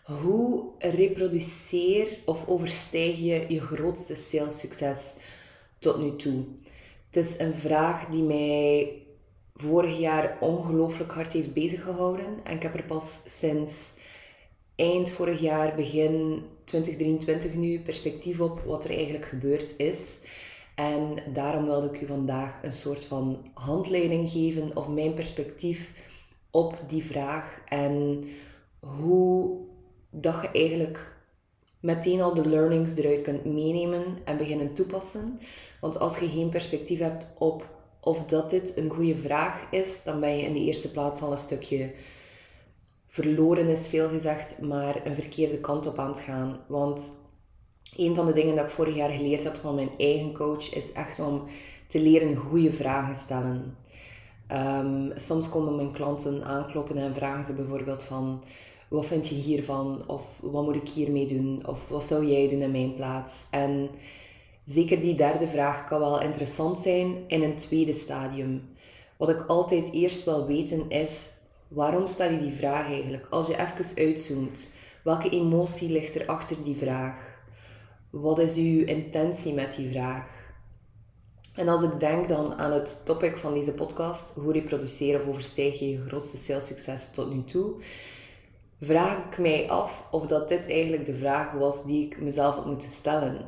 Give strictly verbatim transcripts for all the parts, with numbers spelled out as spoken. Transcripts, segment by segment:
Hoe reproduceer of overstijg je je grootste salessucces tot nu toe? Het is een vraag die mij vorig jaar ongelooflijk hard heeft bezig gehouden. En ik heb er pas sinds eind vorig jaar, begin twintig drieëntwintig nu, perspectief op wat er eigenlijk gebeurd is. En daarom wilde ik u vandaag een soort van handleiding geven of mijn perspectief op die vraag. En hoe dat je eigenlijk meteen al de learnings eruit kunt meenemen en beginnen toepassen. Want als je geen perspectief hebt op of dat dit een goede vraag is, dan ben je in de eerste plaats al een stukje verloren, is veel gezegd, maar een verkeerde kant op aan het gaan. Want een van de dingen dat ik vorig jaar geleerd heb van mijn eigen coach, is echt om te leren goede vragen stellen. Um, soms komen mijn klanten aankloppen en vragen ze bijvoorbeeld van: wat vind je hiervan? Of wat moet ik hiermee doen? Of wat zou jij doen in mijn plaats? En zeker die derde vraag kan wel interessant zijn in een tweede stadium. Wat ik altijd eerst wil weten is: waarom stel je die vraag eigenlijk? Als je even uitzoomt, welke emotie ligt er achter die vraag? Wat is uw intentie met die vraag? En als ik denk dan aan het topic van deze podcast, hoe reproduceren of overstijg je je grootste salessucces tot nu toe, vraag ik mij af of dat dit eigenlijk de vraag was die ik mezelf had moeten stellen.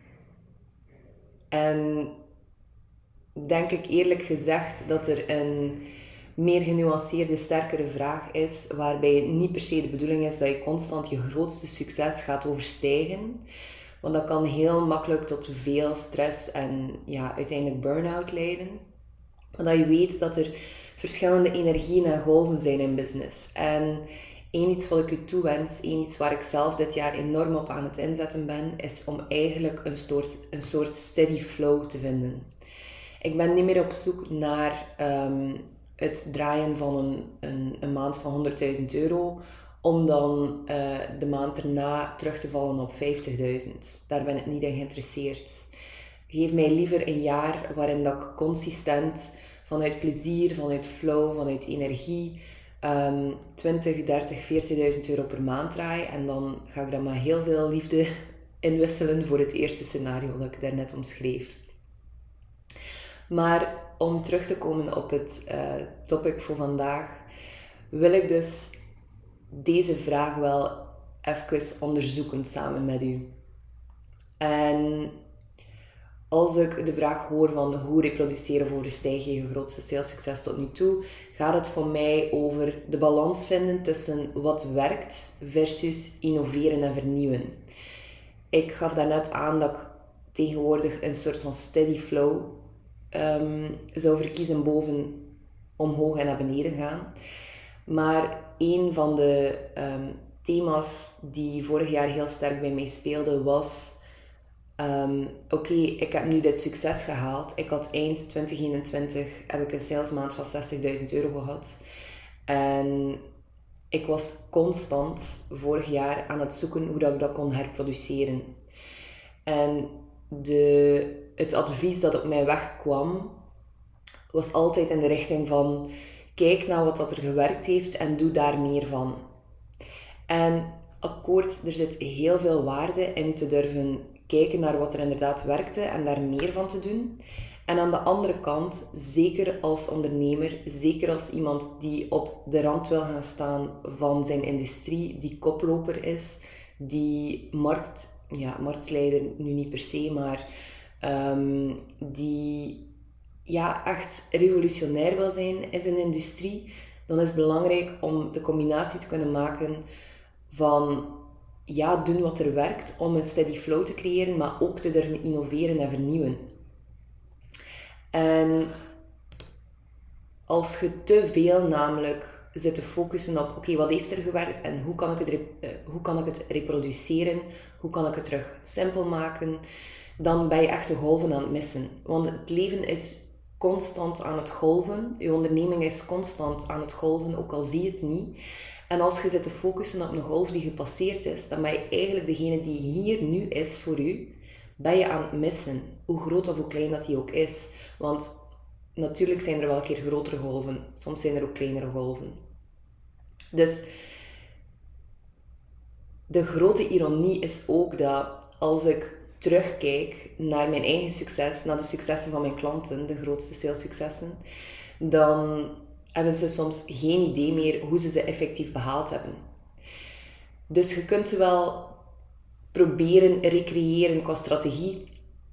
En denk ik eerlijk gezegd dat er een meer genuanceerde, sterkere vraag is, waarbij het niet per se de bedoeling is dat je constant je grootste succes gaat overstijgen. Want dat kan heel makkelijk tot veel stress en ja, uiteindelijk burn-out leiden. Maar dat je weet dat er verschillende energieën en golven zijn in business. En één iets wat ik u toewens, één iets waar ik zelf dit jaar enorm op aan het inzetten ben, is om eigenlijk een soort, een soort steady flow te vinden. Ik ben niet meer op zoek naar um, het draaien van een, een, een maand van honderdduizend euro, om dan uh, de maand erna terug te vallen op vijftigduizend. Daar ben ik niet in geïnteresseerd. Geef mij liever een jaar waarin dat ik consistent vanuit plezier, vanuit flow, vanuit energie um, twintig, dertig, veertigduizend euro per maand draai. En dan ga ik dat met heel veel liefde inwisselen voor het eerste scenario dat ik daarnet omschreef. Maar om terug te komen op het uh, topic voor vandaag, wil ik dus deze vraag wel even onderzoeken samen met u. En als ik de vraag hoor van hoe reproduceren of overstijg je je grootste salessucces tot nu toe, gaat het voor mij over de balans vinden tussen wat werkt versus innoveren en vernieuwen. Ik gaf daarnet aan dat ik tegenwoordig een soort van steady flow um, zou verkiezen boven omhoog en naar beneden gaan. Maar een van de um, thema's die vorig jaar heel sterk bij mij speelde was: um, oké, okay, ik heb nu dit succes gehaald. Ik had eind twintig eenentwintig heb ik een salesmaand van zestigduizend euro gehad. En ik was constant vorig jaar aan het zoeken hoe dat ik dat kon herproduceren. En de, het advies dat op mijn weg kwam, was altijd in de richting van: kijk naar wat dat er gewerkt heeft en doe daar meer van. En akkoord, er zit heel veel waarde in te durven kijken naar wat er inderdaad werkte en daar meer van te doen. En aan de andere kant, zeker als ondernemer, zeker als iemand die op de rand wil gaan staan van zijn industrie, die koploper is, die markt, ja, marktleider nu niet per se, maar um, die ja, echt revolutionair wil zijn in zijn industrie, dan is het belangrijk om de combinatie te kunnen maken van ja, doen wat er werkt om een steady flow te creëren, maar ook te durven innoveren en vernieuwen. En als je te veel namelijk zit te focussen op oké, okay, wat heeft er gewerkt en hoe kan ik het, uh, hoe kan ik het reproduceren, hoe kan ik het terug simpel maken, dan ben je echt de golven aan het missen. Want het leven is constant aan het golven. Je onderneming is constant aan het golven, ook al zie je het niet. En als je zit te focussen op een golf die gepasseerd is, dan ben je eigenlijk degene die hier nu is voor u, ben je aan het missen. Hoe groot of hoe klein dat die ook is. Want natuurlijk zijn er wel een keer grotere golven. Soms zijn er ook kleinere golven. Dus de grote ironie is ook dat als ik terugkijk naar mijn eigen succes, naar de successen van mijn klanten, de grootste salessuccessen, dan hebben ze soms geen idee meer hoe ze ze effectief behaald hebben. Dus je kunt ze wel proberen recreëren qua strategie,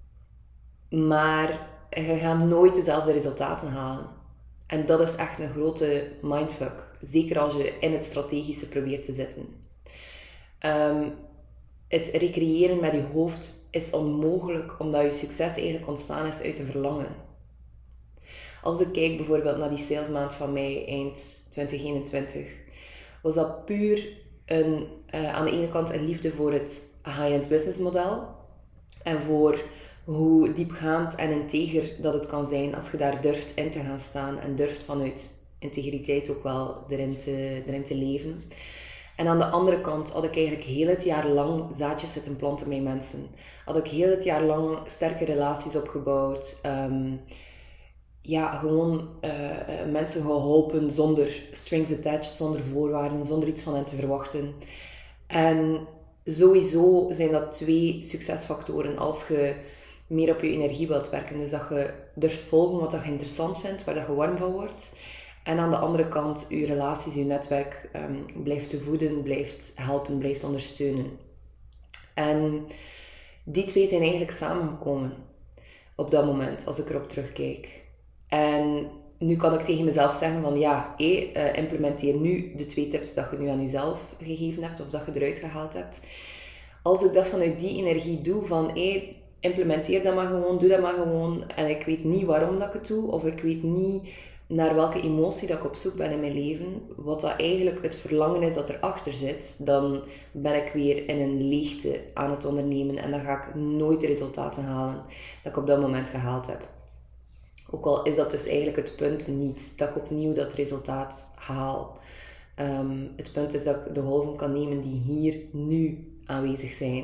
maar je gaat nooit dezelfde resultaten halen. En dat is echt een grote mindfuck. Zeker als je in het strategische probeert te zitten. Um, het recreëren met je hoofd is onmogelijk, omdat je succes eigenlijk ontstaan is uit een verlangen. Als ik kijk bijvoorbeeld naar die salesmaand van mij eind twintig eenentwintig, was dat puur een, uh, aan de ene kant een liefde voor het high-end businessmodel en voor hoe diepgaand en integer dat het kan zijn als je daar durft in te gaan staan en durft vanuit integriteit ook wel erin te, erin te leven. En aan de andere kant had ik eigenlijk heel het jaar lang zaadjes zitten planten met mensen. Had ik heel het jaar lang sterke relaties opgebouwd. Um, ja, gewoon uh, mensen geholpen zonder strings attached, zonder voorwaarden, zonder iets van hen te verwachten. En sowieso zijn dat twee succesfactoren als je meer op je energie wilt werken. Dus dat je durft volgen wat je interessant vindt, waar dat je warm van wordt. En aan de andere kant, je relaties, je netwerk um, blijft te voeden, blijft helpen, blijft ondersteunen. En die twee zijn eigenlijk samengekomen op dat moment, als ik erop terugkijk. En nu kan ik tegen mezelf zeggen van ja, hé, uh, implementeer nu de twee tips dat je nu aan jezelf gegeven hebt of dat je eruit gehaald hebt. Als ik dat vanuit die energie doe van hé, implementeer dat maar gewoon, doe dat maar gewoon en ik weet niet waarom dat ik het doe of ik weet niet naar welke emotie dat ik op zoek ben in mijn leven, wat dat eigenlijk het verlangen is dat erachter zit, dan ben ik weer in een leegte aan het ondernemen en dan ga ik nooit de resultaten halen dat ik op dat moment gehaald heb. Ook al is dat dus eigenlijk het punt niet, dat ik opnieuw dat resultaat haal. Um, het punt is dat ik de golven kan nemen die hier nu aanwezig zijn.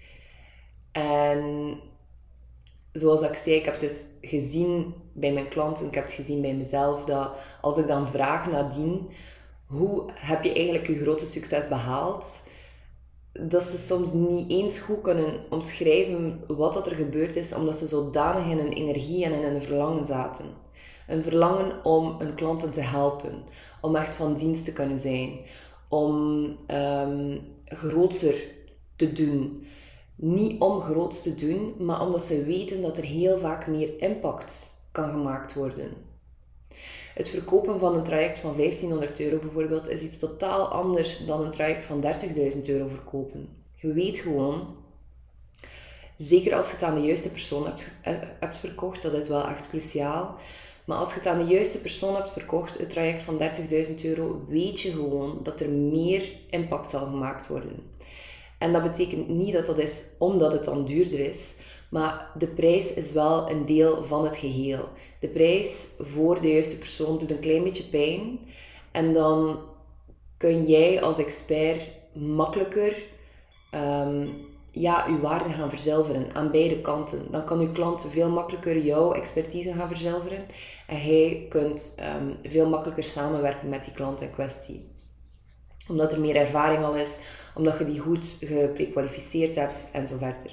En zoals ik zei, ik heb dus gezien bij mijn klanten, ik heb het gezien bij mezelf, dat als ik dan vraag nadien, hoe heb je eigenlijk je grote succes behaald? Dat ze soms niet eens goed kunnen omschrijven wat dat er gebeurd is, omdat ze zodanig in hun energie en in hun verlangen zaten. Een verlangen om hun klanten te helpen, om echt van dienst te kunnen zijn, om um, grootser te doen. Niet om groots te doen, maar omdat ze weten dat er heel vaak meer impact kan gemaakt worden. Het verkopen van een traject van vijftienhonderd euro bijvoorbeeld is iets totaal anders dan een traject van dertigduizend euro verkopen. Je weet gewoon, zeker als je het aan de juiste persoon hebt, hebt verkocht, dat is wel echt cruciaal. Maar als je het aan de juiste persoon hebt verkocht, het traject van dertigduizend euro, weet je gewoon dat er meer impact zal gemaakt worden. En dat betekent niet dat dat is omdat het dan duurder is, maar de prijs is wel een deel van het geheel. De prijs voor de juiste persoon doet een klein beetje pijn. En dan kun jij als expert makkelijker um, ja, je waarde gaan verzilveren aan beide kanten. Dan kan je klant veel makkelijker jouw expertise gaan verzilveren. En jij kunt um, veel makkelijker samenwerken met die klant in kwestie. Omdat er meer ervaring al is, omdat je die goed geprekwalificeerd hebt en zo verder.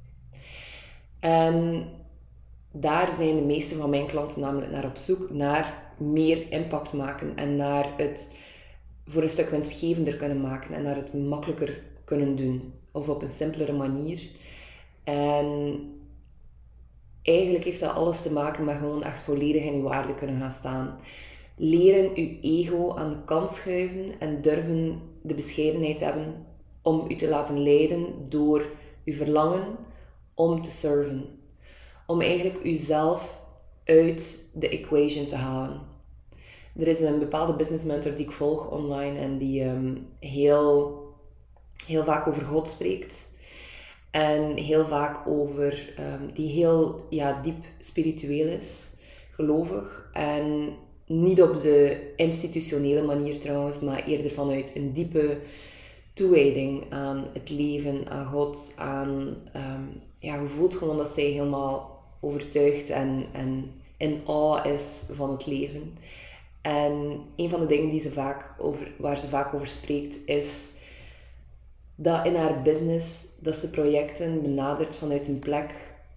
En daar zijn de meeste van mijn klanten namelijk naar op zoek, naar meer impact maken en naar het voor een stuk winstgevender kunnen maken en naar het makkelijker kunnen doen of op een simpelere manier. En eigenlijk heeft dat alles te maken met gewoon echt volledig in je waarde kunnen gaan staan. Leren je ego aan de kant schuiven en durven de bescheidenheid hebben om u te laten leiden door uw verlangen om te serven. Om eigenlijk uzelf uit de equation te halen. Er is een bepaalde business mentor die ik volg online en die um, heel, heel vaak over God spreekt. En heel vaak over, um, die heel ja, diep spiritueel is, gelovig. En niet op de institutionele manier trouwens, maar eerder vanuit een diepe toewijding aan het leven, aan God, aan... Um, ja, je voelt gewoon dat zij helemaal overtuigd en, en in awe is van het leven. En een van de dingen die ze vaak over, waar ze vaak over spreekt is dat in haar business, dat ze projecten benadert vanuit een plek,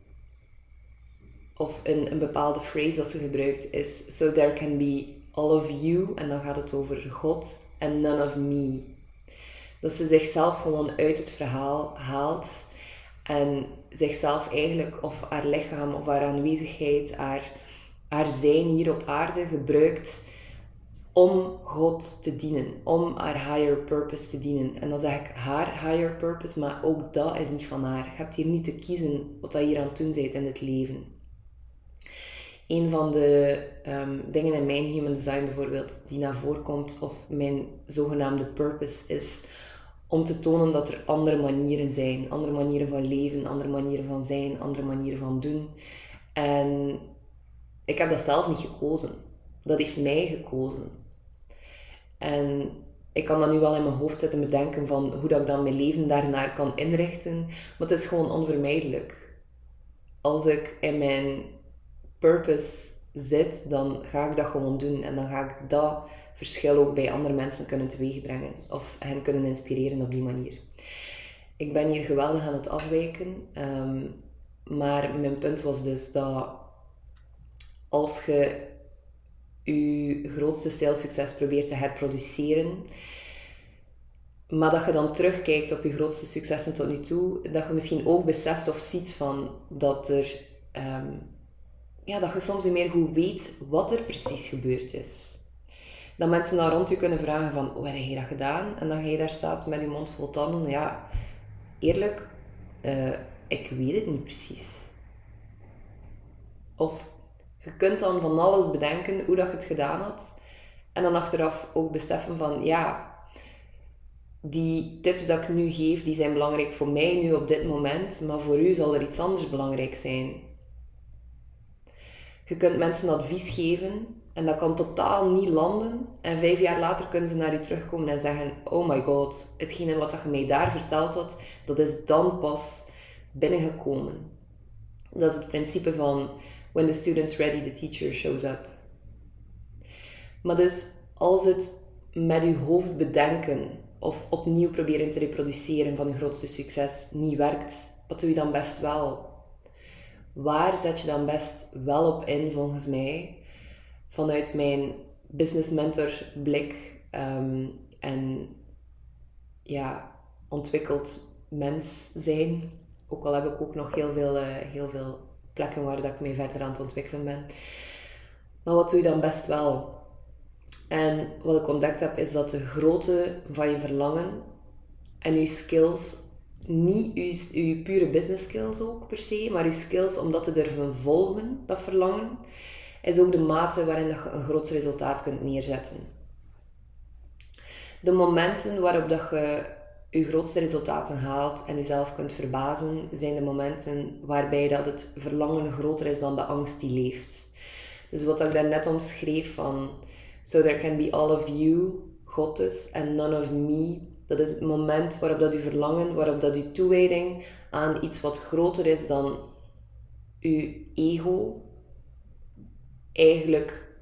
of een, een bepaalde phrase dat ze gebruikt is, so there can be all of you, en dan gaat het over God, and none of me. Dat ze zichzelf gewoon uit het verhaal haalt en zichzelf eigenlijk, of haar lichaam, of haar aanwezigheid, haar, haar zijn hier op aarde gebruikt om God te dienen, om haar higher purpose te dienen. En dan zeg ik haar higher purpose, maar ook dat is niet van haar. Je hebt hier niet te kiezen wat je hier aan het doen bent in het leven. Een van de um, dingen in mijn human design bijvoorbeeld, die naar voren komt, of mijn zogenaamde purpose, is om te tonen dat er andere manieren zijn. Andere manieren van leven, andere manieren van zijn, andere manieren van doen. En ik heb dat zelf niet gekozen. Dat heeft mij gekozen. En ik kan dat nu wel in mijn hoofd zitten bedenken van hoe dat ik dan mijn leven daarnaar kan inrichten. Maar het is gewoon onvermijdelijk. Als ik in mijn purpose zit, dan ga ik dat gewoon doen. En dan ga ik dat verschil ook bij andere mensen kunnen teweegbrengen. Of hen kunnen inspireren op die manier. Ik ben hier geweldig aan het afwijken. Um, maar mijn punt was dus dat als je je grootste salessucces probeert te herproduceren, maar dat je dan terugkijkt op je grootste successen tot nu toe, dat je misschien ook beseft of ziet van dat er um, ja, dat je soms niet meer goed weet wat er precies gebeurd is. Dat mensen dan rond je kunnen vragen van, hoe heb je dat gedaan? En dan je daar staat met je mond vol tanden. Ja, eerlijk, uh, ik weet het niet precies. Of je kunt dan van alles bedenken hoe dat je het gedaan had. En dan achteraf ook beseffen van, ja, die tips dat ik nu geef, die zijn belangrijk voor mij nu op dit moment. Maar voor u zal er iets anders belangrijk zijn. Je kunt mensen advies geven en dat kan totaal niet landen. En vijf jaar later kunnen ze naar je terugkomen en zeggen, oh my god, hetgene wat je mij daar verteld had, dat is dan pas binnengekomen. Dat is het principe van when the student's ready, the teacher shows up. Maar dus, als het met je hoofd bedenken of opnieuw proberen te reproduceren van je grootste succes niet werkt, wat doe je dan best wel? Waar zet je dan best wel op in, volgens mij, vanuit mijn business mentor blik um, en ja, ontwikkeld mens zijn. Ook al heb ik ook nog heel veel, uh, heel veel plekken waar dat ik mee verder aan het ontwikkelen ben. Maar wat doe je dan best wel? En wat ik ontdekt heb, is dat de grootte van je verlangen en je skills, niet je, je pure business skills ook per se, maar je skills om dat te durven volgen, dat verlangen, is ook de mate waarin je een groot resultaat kunt neerzetten. De momenten waarop dat je je grootste resultaten haalt en jezelf kunt verbazen, zijn de momenten waarbij dat het verlangen groter is dan de angst die leeft. Dus wat ik daarnet omschreef van so there can be all of you, God dus, and none of me. Dat is het moment waarop dat je verlangen, waarop dat je toewijding aan iets wat groter is dan je ego eigenlijk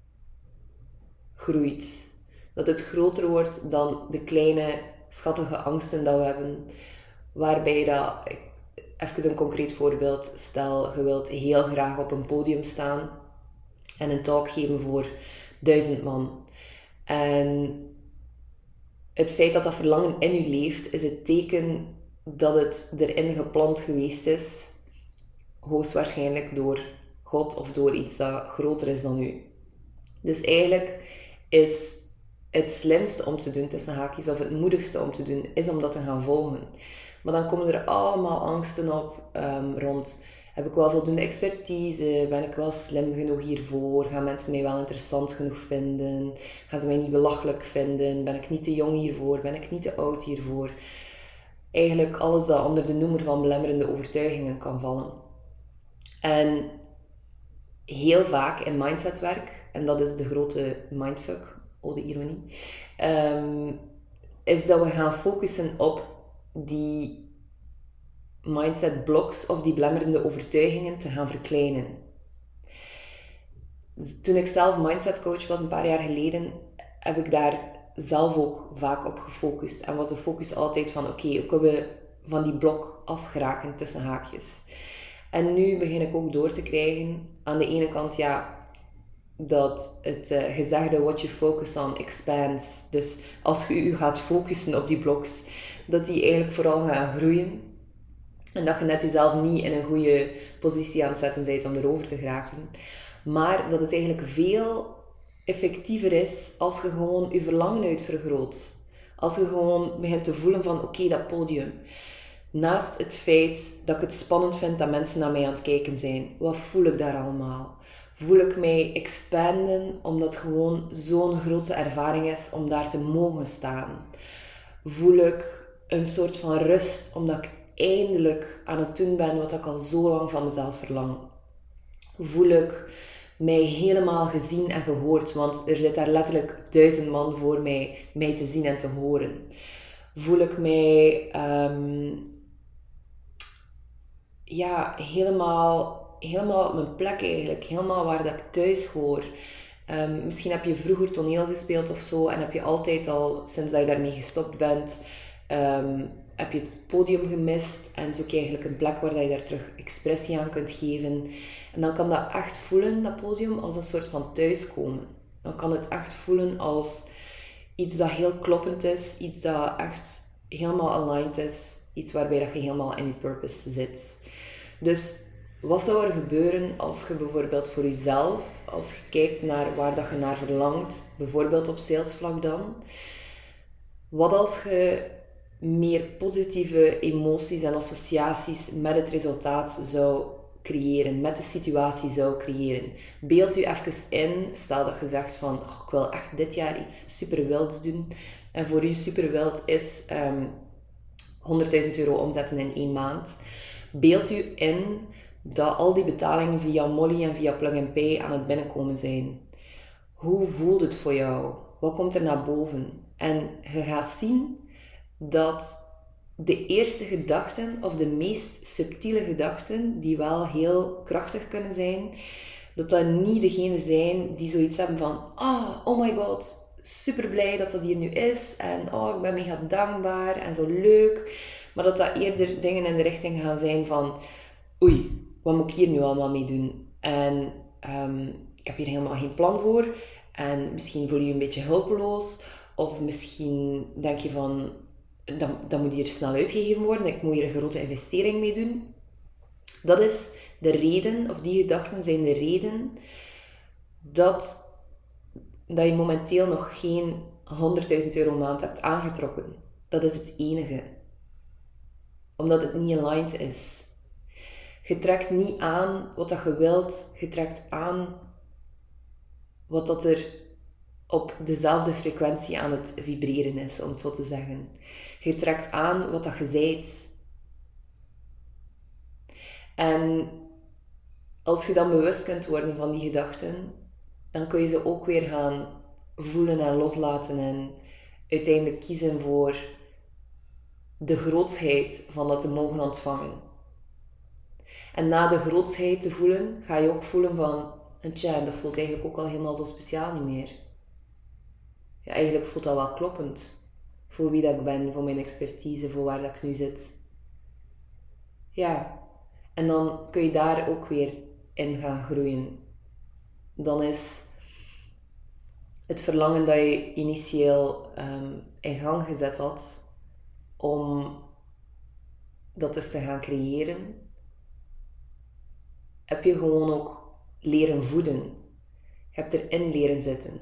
groeit. Dat het groter wordt dan de kleine schattige angsten dat we hebben. Waarbij dat, even een concreet voorbeeld, stel je wilt heel graag op een podium staan en een talk geven voor duizend man. En het feit dat dat verlangen in u leeft, is het teken dat het erin geplant geweest is, hoogstwaarschijnlijk door God of door iets dat groter is dan u. Dus eigenlijk is het slimste om te doen, tussen haakjes, of het moedigste om te doen, is om dat te gaan volgen. Maar dan komen er allemaal angsten op um, rond. Heb ik wel voldoende expertise? Ben ik wel slim genoeg hiervoor? Gaan mensen mij wel interessant genoeg vinden? Gaan ze mij niet belachelijk vinden? Ben ik niet te jong hiervoor? Ben ik niet te oud hiervoor? Eigenlijk alles dat onder de noemer van belemmerende overtuigingen kan vallen. En heel vaak in mindsetwerk, en dat is de grote mindfuck, oh de ironie, um, is dat we gaan focussen op die mindset blocks of die belemmerende overtuigingen te gaan verkleinen. Toen ik zelf mindset coach was een paar jaar geleden, heb ik daar zelf ook vaak op gefocust. En was de focus altijd van, oké, okay, hoe kunnen we van die blok afgeraken tussen haakjes. En nu begin ik ook door te krijgen, aan de ene kant, ja, dat het uh, gezegde what you focus on expands. Dus als je je gaat focussen op die bloks, dat die eigenlijk vooral gaan groeien. En dat je net jezelf niet in een goede positie aan het zetten bent om erover te geraken. Maar dat het eigenlijk veel effectiever is als je gewoon je verlangen uitvergroot. Als je gewoon begint te voelen van, oké, okay, dat podium. Naast het feit dat ik het spannend vind dat mensen naar mij aan het kijken zijn. Wat voel ik daar allemaal? Voel ik mij expanden omdat het gewoon zo'n grote ervaring is om daar te mogen staan? Voel ik een soort van rust omdat ik eindelijk aan het doen ben wat ik al zo lang van mezelf verlang? Voel ik mij helemaal gezien en gehoord, want er zit daar letterlijk duizend man voor mij, mij te zien en te horen. Voel ik mij um, ja, helemaal, helemaal op mijn plek eigenlijk, helemaal waar dat ik thuis hoor. Um, misschien heb je vroeger toneel gespeeld of zo en heb je altijd al, sinds dat je daarmee gestopt bent, um, heb je het podium gemist en zoek je eigenlijk een plek waar je daar terug expressie aan kunt geven. En dan kan dat echt voelen, dat podium, als een soort van thuiskomen. Dan kan het echt voelen als iets dat heel kloppend is, iets dat echt helemaal aligned is, iets waarbij dat je helemaal in je purpose zit. Dus wat zou er gebeuren als je bijvoorbeeld voor jezelf, als je kijkt naar waar dat je naar verlangt, bijvoorbeeld op salesvlak dan, wat als je meer positieve emoties en associaties met het resultaat zou creëren, met de situatie zou creëren. Beeld u even in, stel dat je zegt van, oh, ik wil echt dit jaar iets super wilds doen. En voor u super wild is um, honderdduizend euro omzetten in één maand. Beeld u in dat al die betalingen via Molly en via Plug and Pay aan het binnenkomen zijn. Hoe voelt het voor jou? Wat komt er naar boven? En je gaat zien dat de eerste gedachten, of de meest subtiele gedachten, die wel heel krachtig kunnen zijn, dat dat niet degene zijn die zoiets hebben van, ah, oh my god, super blij dat dat hier nu is, en oh, ik ben mega dankbaar, en zo leuk, maar dat dat eerder dingen in de richting gaan zijn van, oei, wat moet ik hier nu allemaal mee doen? En um, ik heb hier helemaal geen plan voor, en misschien voel je je een beetje hulpeloos, of misschien denk je van, Dat, dat moet hier snel uitgegeven worden, ik moet hier een grote investering mee doen. Dat is de reden, of die gedachten zijn de reden, dat, dat je momenteel nog geen honderdduizend euro maand hebt aangetrokken. Dat is het enige. Omdat het niet aligned is. Je trekt niet aan wat dat je wilt, je trekt aan wat dat er op dezelfde frequentie aan het vibreren is, om het zo te zeggen. Je trekt aan wat dat je zijt. En als je dan bewust kunt worden van die gedachten, dan kun je ze ook weer gaan voelen en loslaten en uiteindelijk kiezen voor de grootsheid van dat te mogen ontvangen. En na de grootsheid te voelen, ga je ook voelen van, tja, dat voelt eigenlijk ook al helemaal zo speciaal niet meer. Ja, eigenlijk voelt dat wel kloppend. Voor wie dat ik ben, voor mijn expertise, voor waar dat ik nu zit. Ja, en dan kun je daar ook weer in gaan groeien. Dan is het verlangen dat je initieel um, in gang gezet had, om dat dus te gaan creëren, heb je gewoon ook leren voeden. Je hebt erin leren zitten.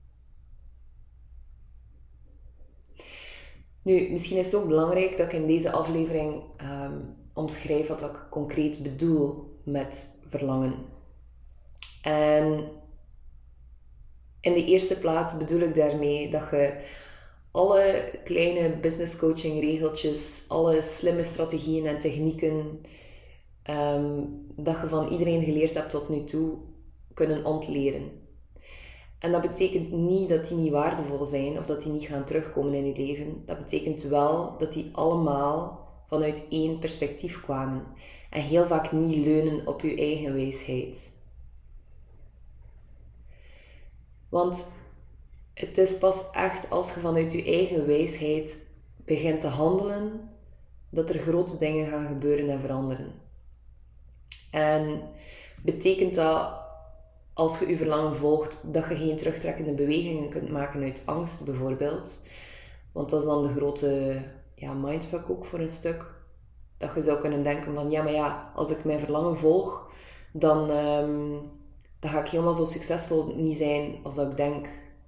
Nu, misschien is het ook belangrijk dat ik in deze aflevering um, omschrijf wat ik concreet bedoel met verlangen. En in de eerste plaats bedoel ik daarmee dat je alle kleine business coaching regeltjes, alle slimme strategieën en technieken, um, dat je van iedereen geleerd hebt tot nu toe, kunnen ontleren. En dat betekent niet dat die niet waardevol zijn of dat die niet gaan terugkomen in je leven. Dat betekent wel dat die allemaal vanuit één perspectief kwamen. En heel vaak niet leunen op je eigen wijsheid. Want het is pas echt als je vanuit je eigen wijsheid begint te handelen, dat er grote dingen gaan gebeuren en veranderen. En betekent dat, als je je verlangen volgt, dat je geen terugtrekkende bewegingen kunt maken uit angst, bijvoorbeeld. Want dat is dan de grote ja, mindfuck ook voor een stuk. Dat je zou kunnen denken van, ja, maar ja, als ik mijn verlangen volg, dan, um, dan ga ik helemaal zo succesvol niet zijn als dat ik denk.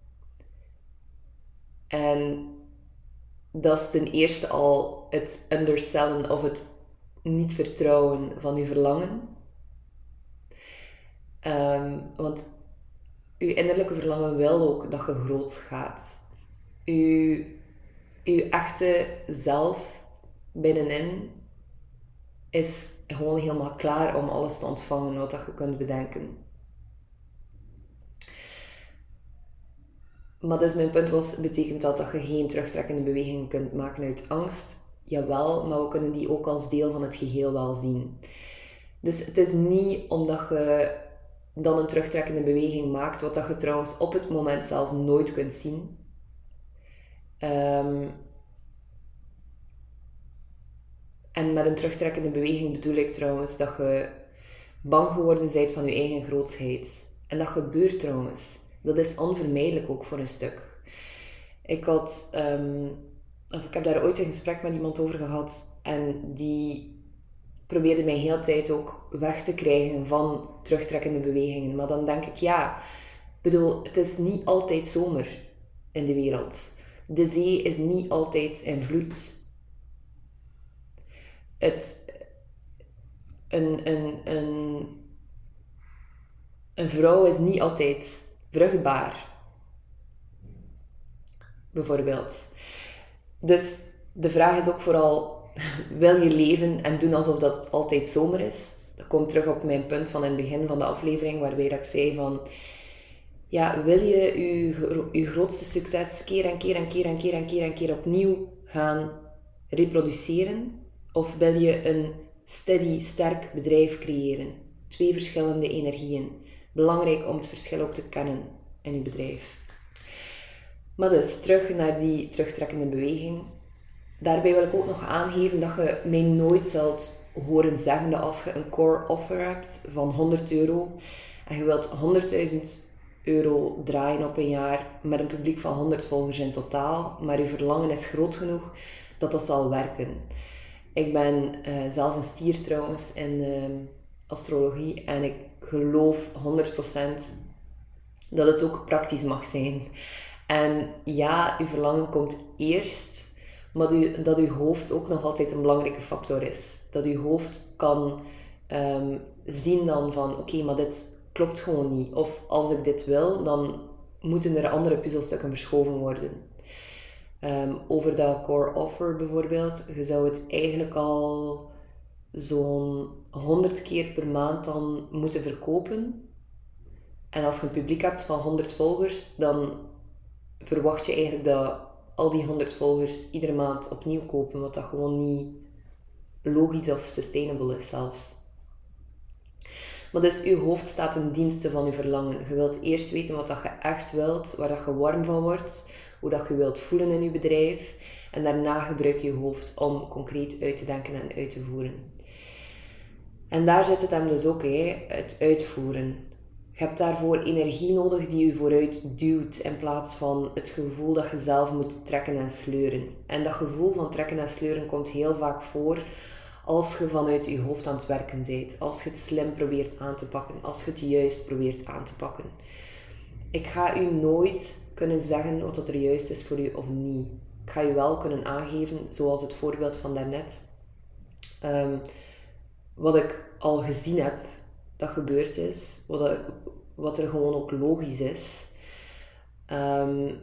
En dat is ten eerste al het undersellen of het niet vertrouwen van je verlangen. Um, want je innerlijke verlangen wil ook dat je groot gaat. Je, je echte zelf binnenin is gewoon helemaal klaar om alles te ontvangen wat dat je kunt bedenken. Maar dus mijn punt was, betekent dat dat je geen terugtrekkende bewegingen kunt maken uit angst? Jawel, maar we kunnen die ook als deel van het geheel wel zien. Dus het is niet omdat je dan een terugtrekkende beweging maakt, wat dat je trouwens op het moment zelf nooit kunt zien. Um, en met een terugtrekkende beweging bedoel ik trouwens dat je bang geworden bent van je eigen grootheid. En dat gebeurt trouwens. Dat is onvermijdelijk ook voor een stuk. Ik had, um, of ik heb daar ooit een gesprek met iemand over gehad en die probeerde mij heel de tijd ook weg te krijgen van terugtrekkende bewegingen. Maar dan denk ik, ja, bedoel, het is niet altijd zomer in de wereld. De zee is niet altijd in vloed. Het, een, een, een, een vrouw is niet altijd vruchtbaar. Bijvoorbeeld. Dus de vraag is ook vooral, wil je leven en doen alsof dat altijd zomer is? Dat komt terug op mijn punt van in het begin van de aflevering, waarbij ik zei van, ja, wil je je, je grootste succes keer en keer en keer en keer en keer en keer opnieuw gaan reproduceren? Of wil je een steady, sterk bedrijf creëren? Twee verschillende energieën. Belangrijk om het verschil ook te kennen in je bedrijf. Maar dus, terug naar die terugtrekkende beweging. Daarbij wil ik ook nog aangeven dat je mij nooit zult horen zeggen dat als je een core offer hebt van honderd euro en je wilt honderdduizend euro draaien op een jaar met een publiek van honderd volgers in totaal, maar je verlangen is groot genoeg, dat dat zal werken. Ik ben uh, zelf een stier trouwens in uh, astrologie en ik geloof honderd procent dat het ook praktisch mag zijn. En ja, je verlangen komt eerst, maar u, dat je hoofd ook nog altijd een belangrijke factor is. Dat je hoofd kan um, zien dan van, oké, okay, maar dit klopt gewoon niet. Of als ik dit wil, dan moeten er andere puzzelstukken verschoven worden. Um, over dat core offer bijvoorbeeld, je zou het eigenlijk al zo'n honderd keer per maand dan moeten verkopen. En als je een publiek hebt van honderd volgers, dan verwacht je eigenlijk dat al die honderd volgers iedere maand opnieuw kopen, wat dat gewoon niet logisch of sustainable is zelfs. Maar dus, je hoofd staat in dienste van je verlangen. Je wilt eerst weten wat dat je echt wilt, waar dat je warm van wordt, hoe dat je wilt voelen in je bedrijf. En daarna gebruik je je hoofd om concreet uit te denken en uit te voeren. En daar zit het hem dus ook, hè, het uitvoeren. Je hebt daarvoor energie nodig die je vooruit duwt, in plaats van het gevoel dat je zelf moet trekken en sleuren. En dat gevoel van trekken en sleuren komt heel vaak voor als je vanuit je hoofd aan het werken bent. Als je het slim probeert aan te pakken. Als je het juist probeert aan te pakken. Ik ga u nooit kunnen zeggen wat er juist is voor u of niet. Ik ga je wel kunnen aangeven, zoals het voorbeeld van daarnet. Um, wat ik al gezien heb dat gebeurd is. Wat, er, wat er gewoon ook logisch is. Um,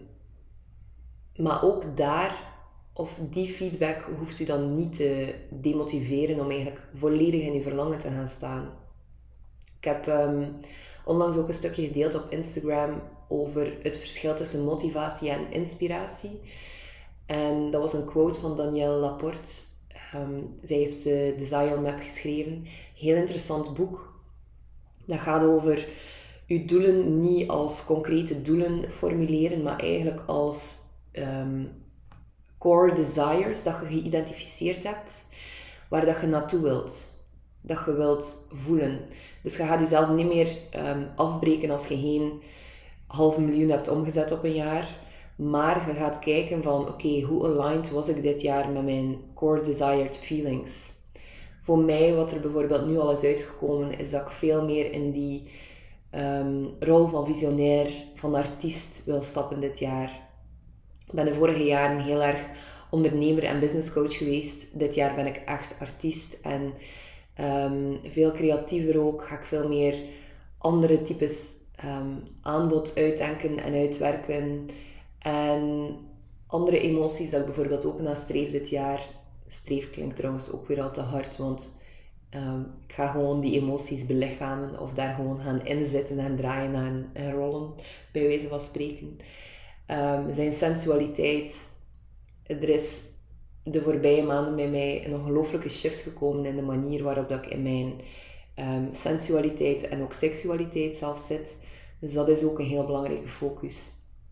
maar ook daar, of die feedback, hoeft u dan niet te demotiveren om eigenlijk volledig in uw verlangen te gaan staan. Ik heb um, onlangs ook een stukje gedeeld op Instagram over het verschil tussen motivatie en inspiratie. En dat was een quote van Danielle Laporte. Um, zij heeft de Desire Map geschreven. Heel interessant boek. Dat gaat over je doelen niet als concrete doelen formuleren, maar eigenlijk als um, core desires dat je geïdentificeerd hebt, waar dat je naartoe wilt. Dat je wilt voelen. Dus je gaat jezelf niet meer um, afbreken als je geen half miljoen hebt omgezet op een jaar. Maar je gaat kijken van, oké, okay, hoe aligned was ik dit jaar met mijn core desired feelings? Voor mij, wat er bijvoorbeeld nu al is uitgekomen, is dat ik veel meer in die um, rol van visionair, van artiest wil stappen dit jaar. Ik ben de vorige jaren heel erg ondernemer en businesscoach geweest. Dit jaar ben ik echt artiest en um, veel creatiever ook. Ga ik veel meer andere types um, aanbod uitdenken en uitwerken. En andere emoties dat ik bijvoorbeeld ook nastreef dit jaar. Streef klinkt trouwens ook weer al te hard, want um, ik ga gewoon die emoties belichamen of daar gewoon gaan inzitten en draaien en, en rollen, bij wijze van spreken. Um, zijn sensualiteit. Er is de voorbije maanden bij mij een ongelooflijke shift gekomen in de manier waarop dat ik in mijn um, sensualiteit en ook seksualiteit zelf zit. Dus dat is ook een heel belangrijke focus.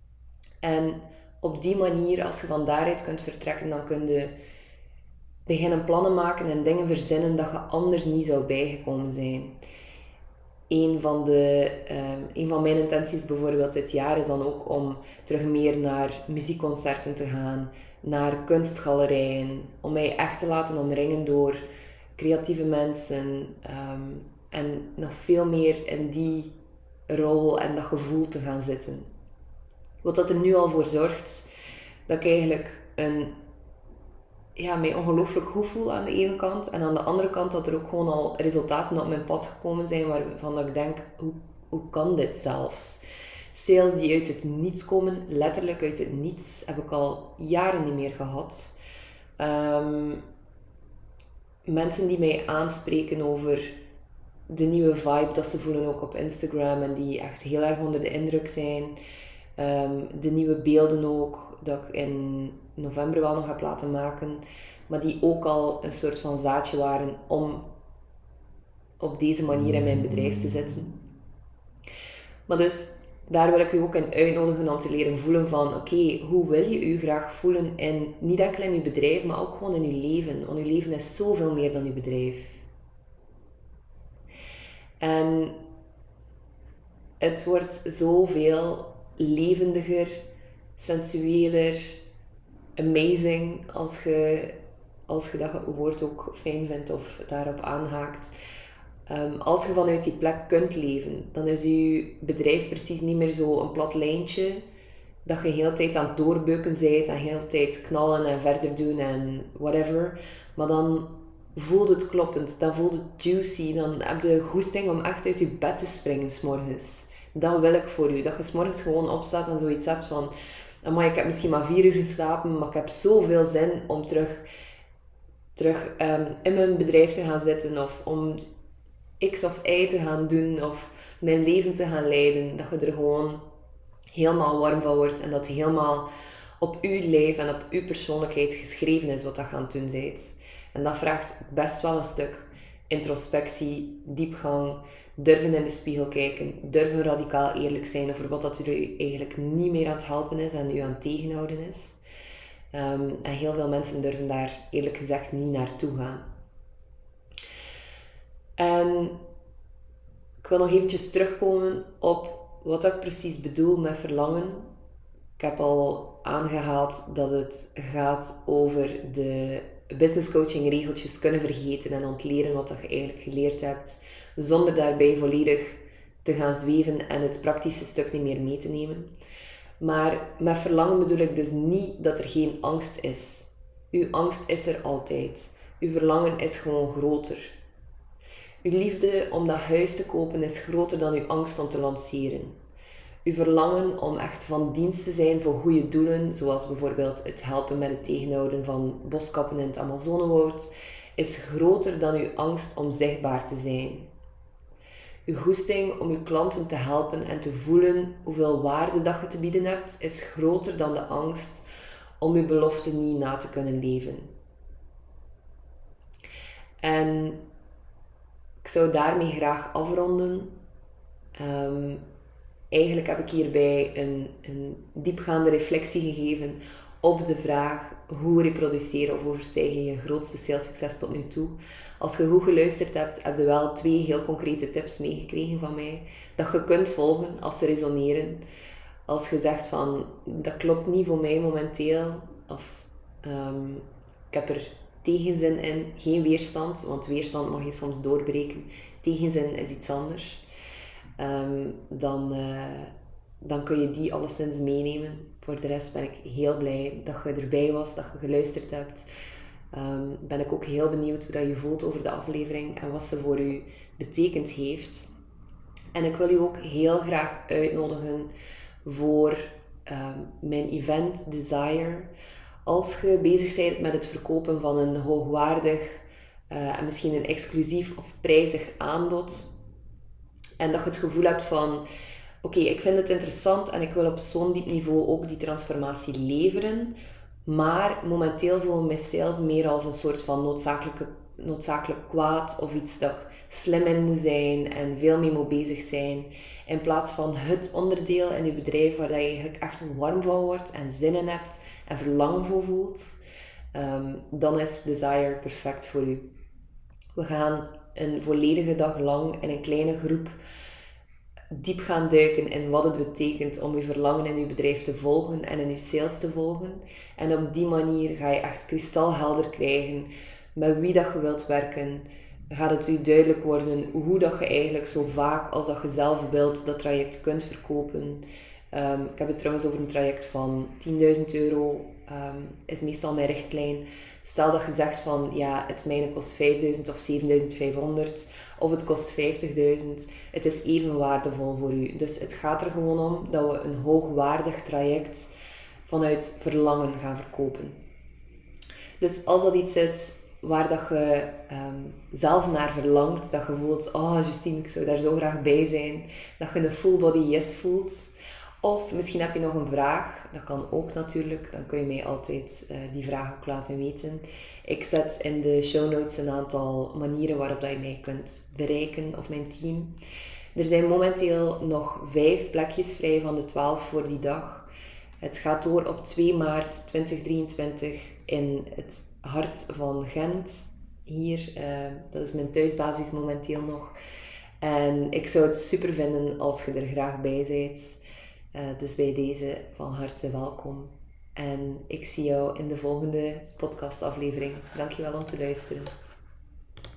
En op die manier, als je van daaruit kunt vertrekken, dan kun je beginnen plannen maken en dingen verzinnen dat je anders niet zou bijgekomen zijn. Een van, de, um, een van mijn intenties bijvoorbeeld dit jaar is dan ook om terug meer naar muziekconcerten te gaan, naar kunstgalerijen, om mij echt te laten omringen door creatieve mensen um, en nog veel meer in die rol en dat gevoel te gaan zitten. Wat dat er nu al voor zorgt dat ik eigenlijk een, ja, mij ongelooflijk goed voel aan de ene kant. En aan de andere kant dat er ook gewoon al resultaten op mijn pad gekomen zijn waarvan dat ik denk, hoe, hoe kan dit zelfs? Sales die uit het niets komen, letterlijk uit het niets, heb ik al jaren niet meer gehad. Um, mensen die mij aanspreken over de nieuwe vibe dat ze voelen ook op Instagram en die echt heel erg onder de indruk zijn. Um, de nieuwe beelden ook, dat ik in november wel nog heb laten maken, maar die ook al een soort van zaadje waren om op deze manier in mijn bedrijf te zitten. Maar dus, daar wil ik u ook in uitnodigen om te leren voelen van, oké, okay, hoe wil je u graag voelen in, niet enkel in uw bedrijf, maar ook gewoon in uw leven. Want uw leven is zoveel meer dan uw bedrijf. En het wordt zoveel levendiger, sensueler, amazing, als je, als je dat woord ook fijn vindt of daarop aanhaakt. Um, als je vanuit die plek kunt leven, dan is je bedrijf precies niet meer zo een plat lijntje dat je heel de tijd aan het doorbeuken bent en heel de tijd knallen en verder doen en whatever. Maar dan voelt het kloppend, dan voelt het juicy, dan heb je goesting om echt uit je bed te springen 's morgens. Dat wil ik voor u, dat je 's morgens gewoon opstaat en zoiets hebt van, amai, ik heb misschien maar vier uur geslapen, maar ik heb zoveel zin om terug, terug um, in mijn bedrijf te gaan zitten of om X of Y te gaan doen of mijn leven te gaan leiden. Dat je er gewoon helemaal warm van wordt en dat het helemaal op uw lijf en op uw persoonlijkheid geschreven is wat dat je aan het doen bent. En dat vraagt best wel een stuk introspectie, diepgang, durven in de spiegel kijken, durven radicaal eerlijk zijn over wat dat u eigenlijk niet meer aan het helpen is en u aan het tegenhouden is. Um, en heel veel mensen durven daar eerlijk gezegd niet naartoe gaan. En ik wil nog eventjes terugkomen op wat ik precies bedoel met verlangen. Ik heb al aangehaald dat het gaat over de business coaching regeltjes kunnen vergeten en ontleren wat je eigenlijk geleerd hebt, zonder daarbij volledig te gaan zweven en het praktische stuk niet meer mee te nemen. Maar met verlangen bedoel ik dus niet dat er geen angst is. Uw angst is er altijd. Uw verlangen is gewoon groter. Uw liefde om dat huis te kopen is groter dan uw angst om te lanceren. Uw verlangen om echt van dienst te zijn voor goede doelen, zoals bijvoorbeeld het helpen met het tegenhouden van boskappen in het Amazonewoud, is groter dan uw angst om zichtbaar te zijn. Uw goesting om uw klanten te helpen en te voelen hoeveel waarde dat je te bieden hebt, is groter dan de angst om uw belofte niet na te kunnen leven. En ik zou daarmee graag afronden. Um, eigenlijk heb ik hierbij een, een diepgaande reflectie gegeven op de vraag hoe reproduceren of overstijgen je grootste salessucces tot nu toe. Als je goed geluisterd hebt, heb je wel twee heel concrete tips meegekregen van mij. Dat je kunt volgen als ze resoneren. Als je zegt van, dat klopt niet voor mij momenteel. Of um, ik heb er tegenzin in, geen weerstand. Want weerstand mag je soms doorbreken. Tegenzin is iets anders. Um, dan, uh, dan kun je die alleszins meenemen. Voor de rest ben ik heel blij dat je erbij was, dat je geluisterd hebt. Um, ben ik ook heel benieuwd hoe dat je voelt over de aflevering en wat ze voor u betekend heeft. En ik wil u ook heel graag uitnodigen voor um, mijn event Desire. Als je bezig bent met het verkopen van een hoogwaardig uh, en misschien een exclusief of prijzig aanbod, en dat je het gevoel hebt van, oké, okay, ik vind het interessant en ik wil op zo'n diep niveau ook die transformatie leveren. Maar momenteel voel ik mijn sales meer als een soort van noodzakelijke, noodzakelijk kwaad of iets dat ik slim in moet zijn en veel mee moet bezig zijn. In plaats van het onderdeel in je bedrijf waar je eigenlijk echt warm van wordt en zin in hebt en verlangen voor voelt. Um, dan is Desire perfect voor u. We gaan een volledige dag lang in een kleine groep diep gaan duiken in wat het betekent om je verlangen in je bedrijf te volgen en in je sales te volgen. En op die manier ga je echt kristalhelder krijgen met wie dat je wilt werken. Gaat het u duidelijk worden hoe dat je eigenlijk zo vaak als dat je zelf wilt dat traject kunt verkopen. Um, ik heb het trouwens over een traject van tienduizend euro, um, is meestal mijn richtlijn. Stel dat je zegt van, ja, het mijne kost vijfduizend of zevenduizend vijfhonderd of het kost vijftigduizend. Het is even waardevol voor u. Dus het gaat er gewoon om dat we een hoogwaardig traject vanuit verlangen gaan verkopen. Dus als dat iets is waar dat je um, zelf naar verlangt, dat je voelt, oh Justine, ik zou daar zo graag bij zijn, dat je een full body yes voelt. Of misschien heb je nog een vraag, dat kan ook natuurlijk, dan kun je mij altijd uh, die vraag ook laten weten. Ik zet in de show notes een aantal manieren waarop dat je mij kunt bereiken, of mijn team. Er zijn momenteel nog vijf plekjes vrij van de twaalf voor die dag. Het gaat door op twee maart tweeduizend drieëntwintig in het hart van Gent. Hier, uh, dat is mijn thuisbasis momenteel nog. En ik zou het super vinden als je er graag bij bent. Uh, dus bij deze van harte welkom. En ik zie jou in de volgende podcastaflevering. Dankjewel om te luisteren.